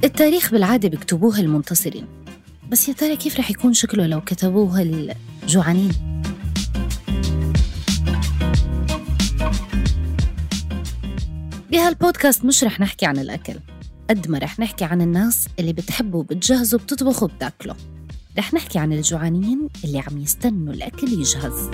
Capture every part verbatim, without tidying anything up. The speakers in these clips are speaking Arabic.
التاريخ بالعادة بيكتبوه المنتصرين، بس يا ترى كيف رح يكون شكله لو كتبوه الجوعانين؟ بهالبودكاست مش رح نحكي عن الأكل قد ما رح نحكي عن الناس اللي بتحبوا بتجهزوا بتطبخوا بتاكلوا. رح نحكي عن الجوعانين اللي عم يستنوا الأكل يجهز.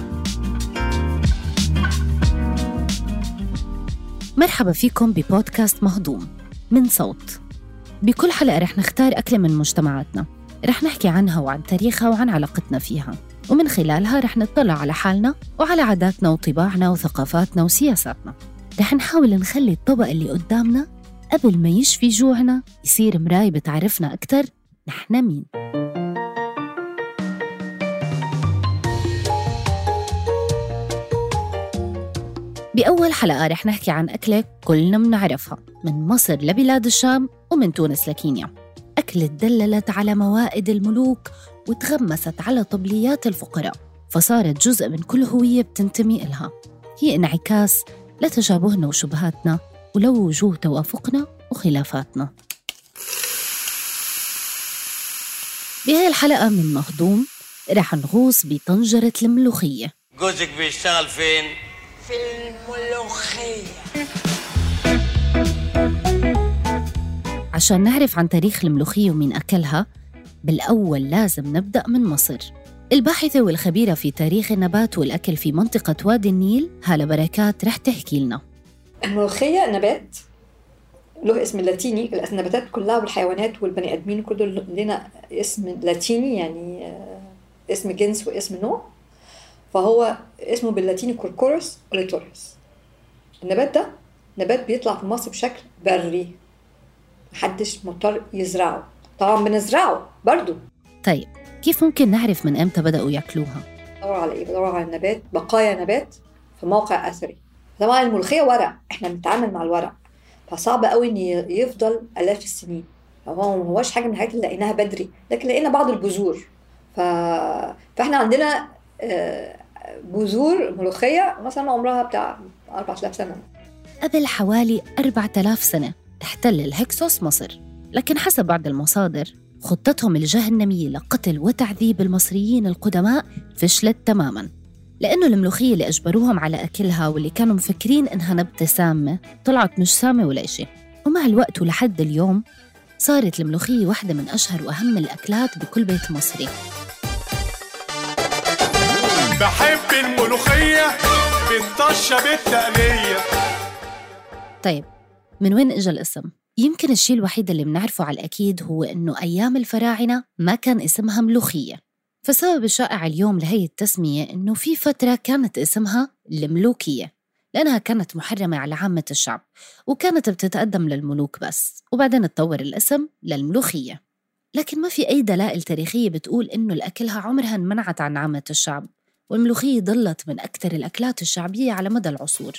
مرحبا فيكم ببودكاست مهضوم من صوت. بكل حلقة رح نختار أكلة من مجتمعاتنا، رح نحكي عنها وعن تاريخها وعن علاقتنا فيها، ومن خلالها رح نطلع على حالنا وعلى عاداتنا وطباعنا وثقافاتنا وسياساتنا. رح نحاول نخلي الطبق اللي قدامنا قبل ما يشفي جوعنا يصير مراية بتعرفنا أكتر نحن مين. بأول حلقة رح نحكي عن أكلة كلنا منعرفها، من مصر لبلاد الشام ومن تونس لكينيا. أكلة دللت على موائد الملوك وتغمست على طبليات الفقراء، فصارت جزء من كل هوية بتنتمي إلها. هي انعكاس لتشابهنا وشبهاتنا ولو وجوه توافقنا وخلافاتنا. بهاي الحلقة من مهضوم رح نغوص بطنجرة الملوخية. جوزك بيشتغل فين؟ في الملوخية. عشان نعرف عن تاريخ الملوخية ومين أكلها، بالأول لازم نبدأ من مصر. الباحثة والخبيرة في تاريخ النبات والأكل في منطقة وادي النيل هالة بركات رح تحكي لنا. الملوخية نبات له اسم لاتيني. النباتات كلها والحيوانات والبني آدمين كله لنا اسم لاتيني، يعني اسم جنس واسم نوع، فهو اسمه باللاتيني كوركورس أوليتوريس. النبات ده نبات بيطلع في مصر بشكل بري، محدش مضطر يزرعه، طبعا بنزرعه برضو. طيب كيف ممكن نعرف من امتى بدأوا ياكلوها؟ بدور على ايه؟ بدور على النبات، بقايا نبات في موقع اثري. طبعا الملوخيه ورق، احنا بنتعامل مع الورق، فصعب قوي ان يفضل الاف السنين. هو ما هوش حاجه من الحاجات اللي لقيناها بدري، لكن لقينا بعض البذور. ف... فاحنا عندنا بذور ملوخيه مثلا عمرها بتاع أربعة آلاف سنه. قبل حوالي أربعة آلاف سنه تحتل الهكسوس مصر، لكن حسب بعض المصادر خطتهم الجهنمية لقتل وتعذيب المصريين القدماء فشلت تماماً، لأنه الملوخية اللي أجبروهم على أكلها واللي كانوا مفكرين إنها نبتة سامة طلعت مش سامة ولا شيء. ومع الوقت ولحد اليوم صارت الملوخية واحدة من أشهر وأهم الأكلات بكل بيت مصري. بحب الملوخية بالطشة بالتقلية. طيب من وين إجا الاسم؟ يمكن الشيء الوحيد اللي بنعرفه على الأكيد هو إنه أيام الفراعنة ما كان اسمها ملوخية، فسبب الشائع اليوم لهي التسمية إنه في فترة كانت اسمها الملوكية، لأنها كانت محرمة على عامة الشعب وكانت بتتقدم للملوك بس، وبعدين اتطور الاسم للملوخية. لكن ما في أي دلائل تاريخية بتقول إنه الأكلها عمرها انمنعت عن عامة الشعب، والملوخية ظلت من أكثر الأكلات الشعبية على مدى العصور.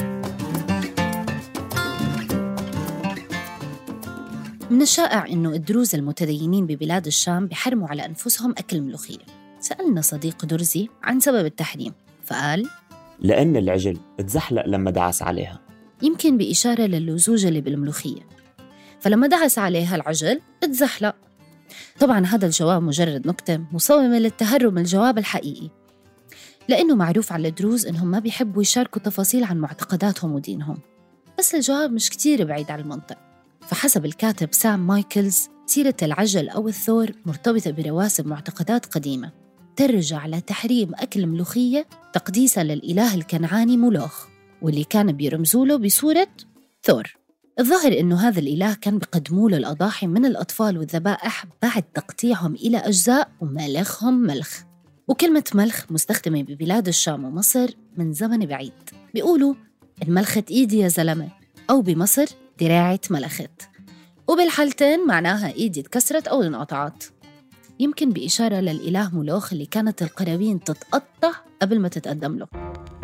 من الشائع إنه الدروز المتدينين ببلاد الشام بيحرموا على أنفسهم أكل الملوخية. سألنا صديق درزي عن سبب التحريم، فقال لأن العجل اتزحلق لما دعس عليها، يمكن بإشارة للزوجة اللي بالملوخية، فلما دعس عليها العجل اتزحلق. طبعاً هذا الجواب مجرد نكتة مصممة للتهرب من الجواب الحقيقي، لأنه معروف على الدروز إنهم ما بيحبوا يشاركوا تفاصيل عن معتقداتهم ودينهم، بس الجواب مش كتير بعيد عن المنطق. فحسب الكاتب سام مايكلز، سيرة العجل أو الثور مرتبطة برواسب معتقدات قديمة ترجع لتحريم أكل الملوخية تقديساً للإله الكنعاني مولوخ، واللي كان بيرمزوا له بصورة ثور. الظاهر إنه هذا الإله كان بيقدموا له الأضاحي من الأطفال والذبائح بعد تقطيعهم إلى أجزاء وملخهم ملخ. وكلمة ملخ مستخدمة ببلاد الشام ومصر من زمن بعيد، بيقولوا الملخت إيدي يا زلمة، أو بمصر دراعة ملخت، وبالحالتين معناها إيدي اتكسرت أو انقطعت، يمكن بإشارة للإله مولوخ اللي كانت القرابين تتقطع قبل ما تتقدم له.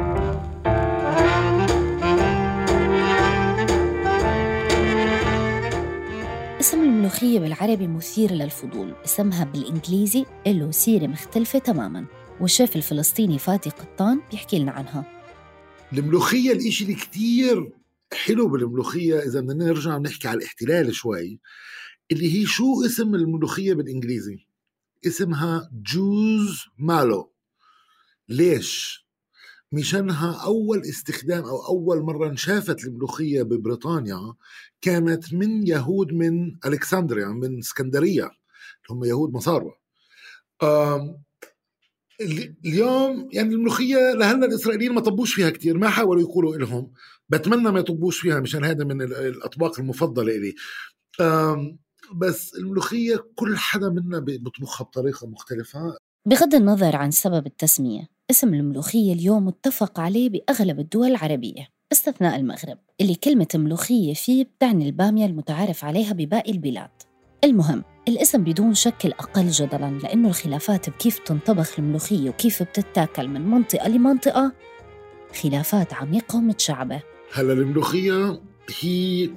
اسم الملوخية بالعربي مثير للفضول، اسمها بالإنجليزي له سيرة مختلفة تماماً، والشيف الفلسطيني فاتي قطان بيحكي لنا عنها. الملوخية الإشي اللي كتير حلو بالملوخية إذا بدنا نرجع نحكي على الاحتلال شوي، اللي هي شو اسم الملوخية بالإنجليزي؟ اسمها جوز مالو. ليش؟ مشانها أول استخدام أو أول مرة انشافت الملوخية ببريطانيا كانت من يهود من ألكسندريا، من اسكندرية، هم يهود مصاروا. اليوم يعني الملوخية لهلا الإسرائيليين ما طبوش فيها كتير، ما حاولوا يقولوا إلهم، بتمنى ما يطبوش فيها مشان هذا من الأطباق المفضلة إلي. بس الملوخية كل حدا منا بيطبخها بطريقة مختلفة. بغض النظر عن سبب التسمية، اسم الملوخية اليوم متفق عليه بأغلب الدول العربية باستثناء المغرب، اللي كلمة ملوخية فيه بتعني البامية المتعارف عليها بباقي البلاد. المهم، الاسم بدون شك الأقل جدلاً، لأنه الخلافات بكيف تنطبخ الملوخية وكيف بتتاكل من منطقة لمنطقة خلافات عميقة ومتشعبة. هلا الملوخية هي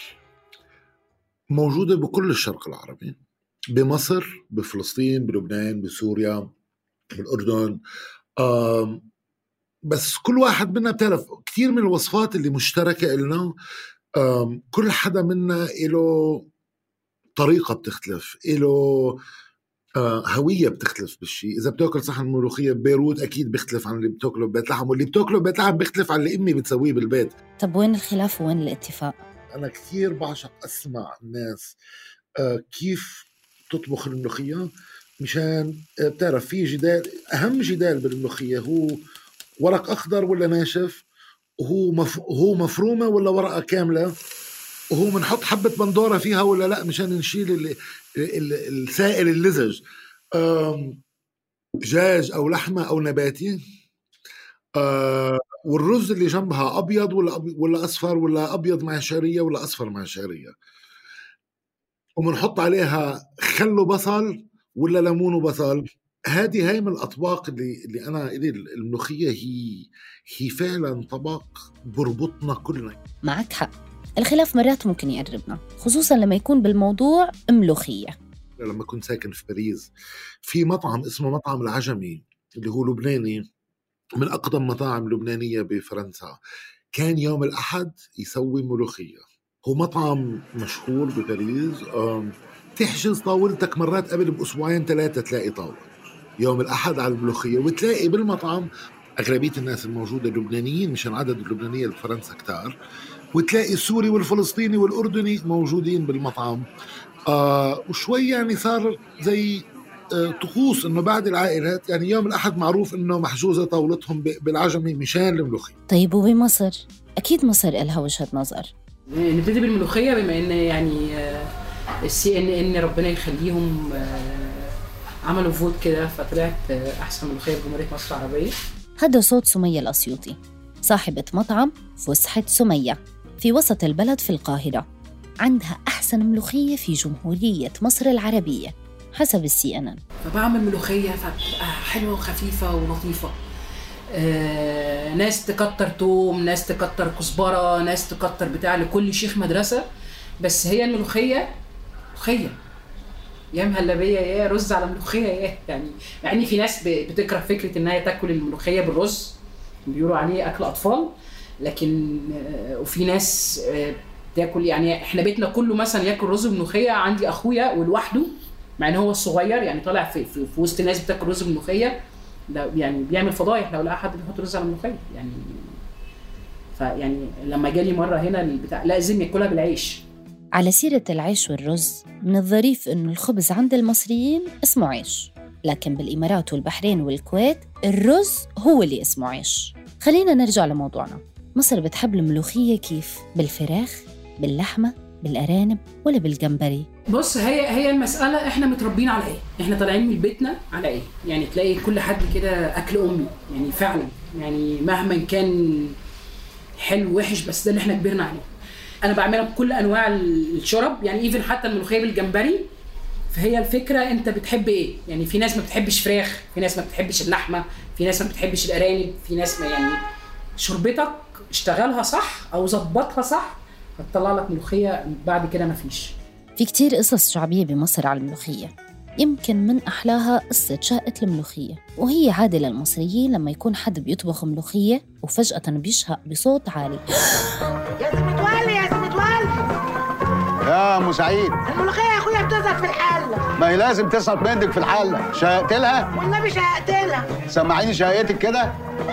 موجودة بكل الشرق العربي، بمصر، بفلسطين، بلبنان، بسوريا، بالأردن. بس كل واحد منا بتعرف كتير من الوصفات اللي مشتركة إلنا، كل حدا منا إله طريقة بتختلف، إله هوية بتختلف بالشيء. إذا بتاكل صحن ملوخية ببيروت أكيد بيختلف عن اللي بتاكله ببيت لحم، واللي بتاكله ببيت لحم بيختلف عن اللي أمي بتسويه بالبيت. طب وين الخلاف وين الاتفاق؟ أنا كثير بعشق أسمع الناس كيف تطبخ الملوخية، مشان بتعرف في جدال. أهم جدال بالملوخية هو ورق أخضر ولا ناشف، وهو مف... هو مفرومة ولا ورقة كاملة، وهو منحط حبة بندورة فيها ولا لا مشان نشيل ال... ال... السائل اللزج، دجاج أو لحمة أو نباتي، أه... والرز اللي جنبها أبيض ولا أبي... ولا أصفر، ولا أبيض مع شعرية ولا أصفر مع شعرية، ومنحط عليها خل وبصل ولا ليمون وبصل. هذه هاي من الأطباق اللي اللي أنا إلي الملوخية هي هي فعلا طبق بربطنا كلنا. معك حق، الخلاف مرات ممكن يقربنا، خصوصا لما يكون بالموضوع ملوخية. لما كنت ساكن في باريس في مطعم اسمه مطعم العجمي اللي هو لبناني، من أقدم مطاعم لبنانية بفرنسا، كان يوم الأحد يسوي ملوخية. هو مطعم مشهور بباريس، تحجز طاولتك مرات قبل بأسبوعين ثلاثة تلاقي طاولة يوم الأحد على الملوخية، وتلاقي بالمطعم أغلبية الناس الموجودة اللبنانيين مشان عدد اللبنانية بفرنسا كتار، وتلاقي السوري والفلسطيني والأردني موجودين بالمطعم. آه وشوي يعني صار زي آه طقوس إنه بعد العائلات يعني يوم الأحد معروف إنه محجوزة طاولتهم بالعجمي مشان الملوخية. طيب وبمصر؟ أكيد مصر إلها وجهة نظر. نبتدي بالملوخية بما إن يعني السي إن إن ربنا يخليهم عملوا فوت كده فطلعت أحسن ملوخية بجمهورية مصر العربية. هذا صوت سمية الأسيوطي، صاحبة مطعم فسحة سمية في وسط البلد في القاهرة. عندها أحسن ملوخية في جمهورية مصر العربية حسب السي إن إن. فبعمل ملوخية فتبقى حلوة وخفيفة ولطيفة. آه، ناس تكتر توم، ناس تكتر كزبرة، ناس تكتر بتاع، لكل شيخ مدرسة. بس هي الملوخية ملوخية، يا مهلبية يا رز على ملوخية يا يعني يعني في ناس بتكره فكرة إنها تاكل الملوخية بالرز، بيقولوا عليه أكل أطفال، لكن آه وفي ناس آه تاكل، يعني إحنا بيتنا كله مثلا ياكل رز وملوخية. عندي أخويا ولوحده مع إن هو الصغير يعني طالع في, في, في وسط ناس بتاكل رز وملوخية، يعني بيعمل فضايح لو لقى حد بيحط رز على الملوخيه يعني. فيعني لما جالي مره هنا البتاع لازم ياكلها بالعيش. على سيره العيش والرز، من الظريف انه الخبز عند المصريين اسمه عيش، لكن بالامارات والبحرين والكويت الرز هو اللي اسمه عيش. خلينا نرجع لموضوعنا. مصر بتحب الملوخيه كيف؟ بالفراخ، باللحمه، بالارانب، ولا بالجمبري؟ بص، هي هي المساله احنا متربيين على ايه؟ احنا طالعين من بيتنا على ايه؟ يعني تلاقي كل حد كده اكل امي يعني فعلا، يعني مهما كان حلو وحش بس ده اللي احنا كبرنا عليه. انا بعملها بكل انواع الشرب، يعني ايفن حتى الملوخيه بالجمبري. فهي الفكره انت بتحب ايه؟ يعني في ناس ما بتحبش فراخ، في ناس ما بتحبش اللحمه، في ناس ما بتحبش الارانب، في ناس ما يعني شربتك اشتغلها صح او ظبطها صح هتطلع لك ملوخيه بعد كده. ما فيش في كتير قصص شعبيه بمصر على الملوخيه. يمكن من أحلاها قصة شقة الملوخية، وهي عادة للمصريين لما يكون حد بيطبخ ملوخية وفجأة بيشهق بصوت عالي. يا سمتوالي يا سمتوالي يا أم سعيد، الملوخية يا أخويا بتزهق في الحلة. ما هي لازم تسقط منك في الحلة. شهقت لها؟ والنبي شهقت لها. سمعيني شهقتك كده.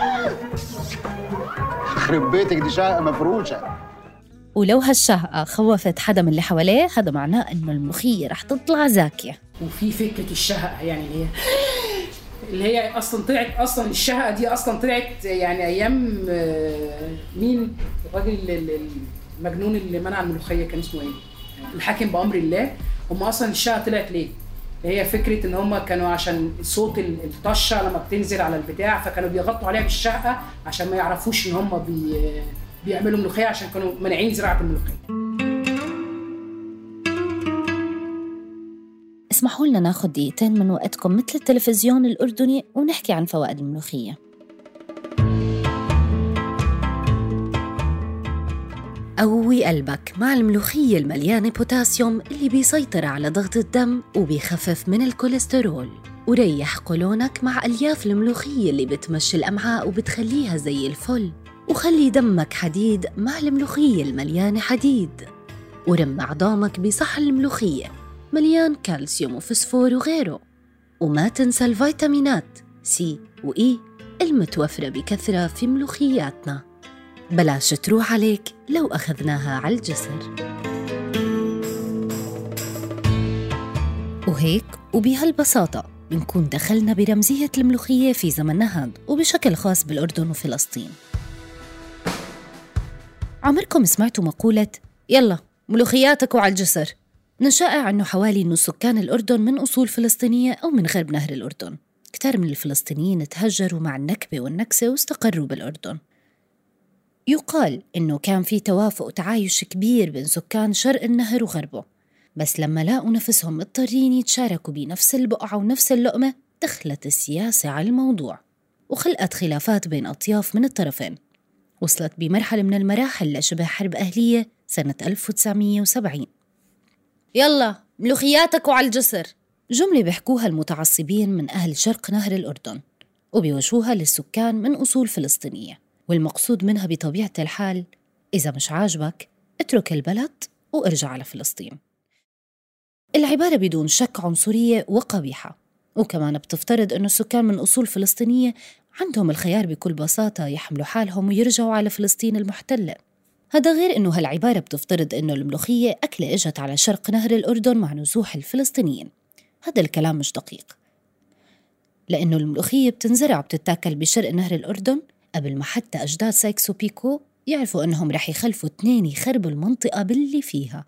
خرب بيتك، دي شهقة مفروشة. ولو هالشهقة خوفت حدا من اللي حواليه، هذا معناه إنه الملوخية رح تطلع زاكية. وفي فكرة الشهقة يعني اللي هي اللي هي أصلاً طلعت أصلاً الشهقة دي أصلاً طلعت يعني أيام مين الراجل المجنون اللي منع الملوخية كان اسمه إيه؟ الحاكم بأمر الله. هم أصلاً الشهقة طلعت ليه؟ هي فكرة إن هم كانوا عشان صوت الطشة لما بتنزل على البتاع، فكانوا بيغطوا عليها بالشهقة عشان ما يعرفوش إن هم بي بيعملوا ملوخية، عشان كانوا مانعين زراعة الملوخية. اسمحوا لنا ناخد دقيقتين من وقتكم مثل التلفزيون الأردني ونحكي عن فوائد الملوخية. قوي قلبك مع الملوخية المليانة بوتاسيوم اللي بيسيطر على ضغط الدم وبيخفف من الكوليسترول، وريح قولونك مع ألياف الملوخية اللي بتمشي الأمعاء وبتخليها زي الفل، وخلي دمك حديد مع الملوخية المليانة حديد، ورم عظامك بصحن الملوخية مليان كالسيوم وفسفور وغيره. وما تنسى الفيتامينات سي وإي المتوفرة بكثرة في ملوخياتنا، بلاش تروح عليك لو أخذناها على الجسر. وهيك وبهالبساطة بنكون دخلنا برمزية الملوخية في زمننا هاد، وبشكل خاص بالأردن وفلسطين. عمركم سمعتوا مقولة يلا ملوخياتك وعلى الجسر؟ من الشائع أنه حوالي نص سكان الأردن من أصول فلسطينية أو من غرب نهر الأردن. كتار من الفلسطينيين تهجروا مع النكبة والنكسة واستقروا بالأردن. يقال إنه كان في توافق وتعايش كبير بين سكان شرق النهر وغربه، بس لما لاقوا نفسهم مضطرين يتشاركوا بنفس البقعة ونفس اللقمة، دخلت السياسة على الموضوع وخلقت خلافات بين أطياف من الطرفين، وصلت بمرحلة من المراحل لشبه حرب أهلية سنة ألف وتسعمية وسبعين. يلا ملوخياتك وعلى الجسر، جملة بيحكوها المتعصبين من أهل شرق نهر الأردن وبيوجهوها للسكان من أصول فلسطينية، والمقصود منها بطبيعة الحال إذا مش عاجبك اترك البلد وارجع على فلسطين. العبارة بدون شك عنصرية وقبيحة، وكمان بتفترض أنه السكان من أصول فلسطينية عندهم الخيار بكل بساطة يحملوا حالهم ويرجعوا على فلسطين المحتلة. هذا غير أنه هالعبارة بتفترض أنه الملوخية أكلة إجت على شرق نهر الأردن مع نزوح الفلسطينيين. هذا الكلام مش دقيق، لأنه الملوخية بتنزرع وبتتاكل بشرق نهر الأردن قبل ما حتى أجداد سايكس وبيكو يعرفوا أنهم رح يخلفوا اثنين يخربوا المنطقة باللي فيها.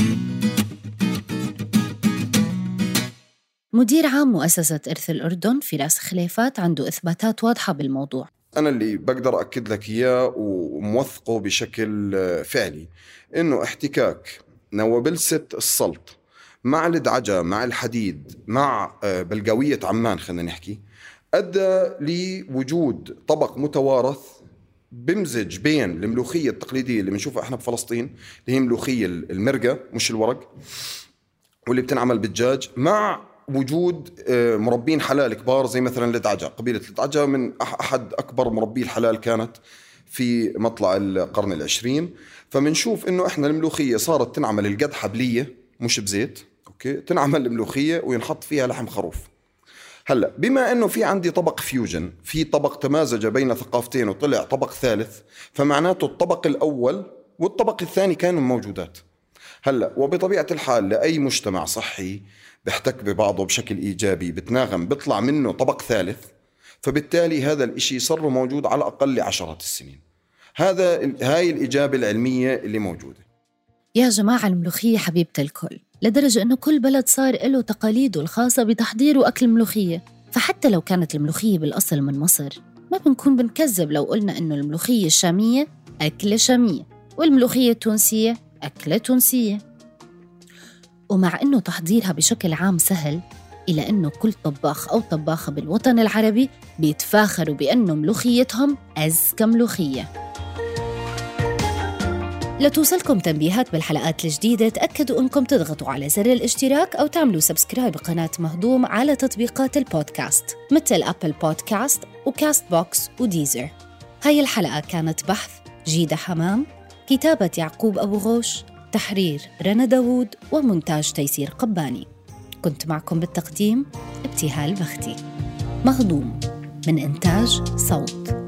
مدير عام مؤسسة إرث الأردن فراس خليفات عنده إثباتات واضحة بالموضوع. أنا اللي بقدر أكد لك إياه وموثقه بشكل فعلي إنه احتكاك نوابلسة السلط مع الدعجة مع الحديد مع بلقاوية عمان خلينا نحكي أدى لوجود طبق متوارث بمزج بين الملوخية التقليدية اللي بنشوفها إحنا بفلسطين اللي هي ملوخية المرقة مش الورق واللي بتنعمل بالدجاج، مع وجود مربين حلال كبار زي مثلا الدعجة. قبيلة الدعجة من أحد أكبر مربي الحلال كانت في مطلع القرن العشرين. فمنشوف إنه إحنا الملوخية صارت تنعمل القدحة بلية مش بزيت، أوكي، تنعمل الملوخية وينحط فيها لحم خروف. هلأ بما أنه في عندي طبق فيوجن، في طبق تمازج بين ثقافتين وطلع طبق ثالث، فمعناته الطبق الأول والطبق الثاني كانوا موجودات. هلأ وبطبيعة الحال لأي مجتمع صحي بيحتك ببعضه بشكل إيجابي بتناغم بيطلع منه طبق ثالث، فبالتالي هذا الإشي صار موجود على أقل عشرات السنين. هذا هاي الإجابة العلمية اللي موجودة. يا جماعة الملوخية حبيبة الكل، لدرجة أنه كل بلد صار له تقاليده الخاصة بتحضير وأكل الملوخية. فحتى لو كانت الملوخية بالأصل من مصر، ما بنكون بنكذب لو قلنا أنه الملوخية الشامية أكلة شامية والملوخية التونسية أكلة تونسية. ومع أنه تحضيرها بشكل عام سهل، إلا أنه كل طباخ أو طباخة بالوطن العربي بيتفاخروا بأنه ملوخيتهم أزكى ملوخية. لتوصلكم تنبيهات بالحلقات الجديدة تأكدوا أنكم تضغطوا على زر الاشتراك أو تعملوا سبسكرايب بقناة مهضوم على تطبيقات البودكاست مثل أبل بودكاست وكاست بوكس وديزر. هاي الحلقة كانت بحث جيدة حمام، كتابة يعقوب أبو غوش، تحرير رنا داوود، ومونتاج تيسير قباني. كنت معكم بالتقديم ابتهال بختي. مهضوم من إنتاج صوت.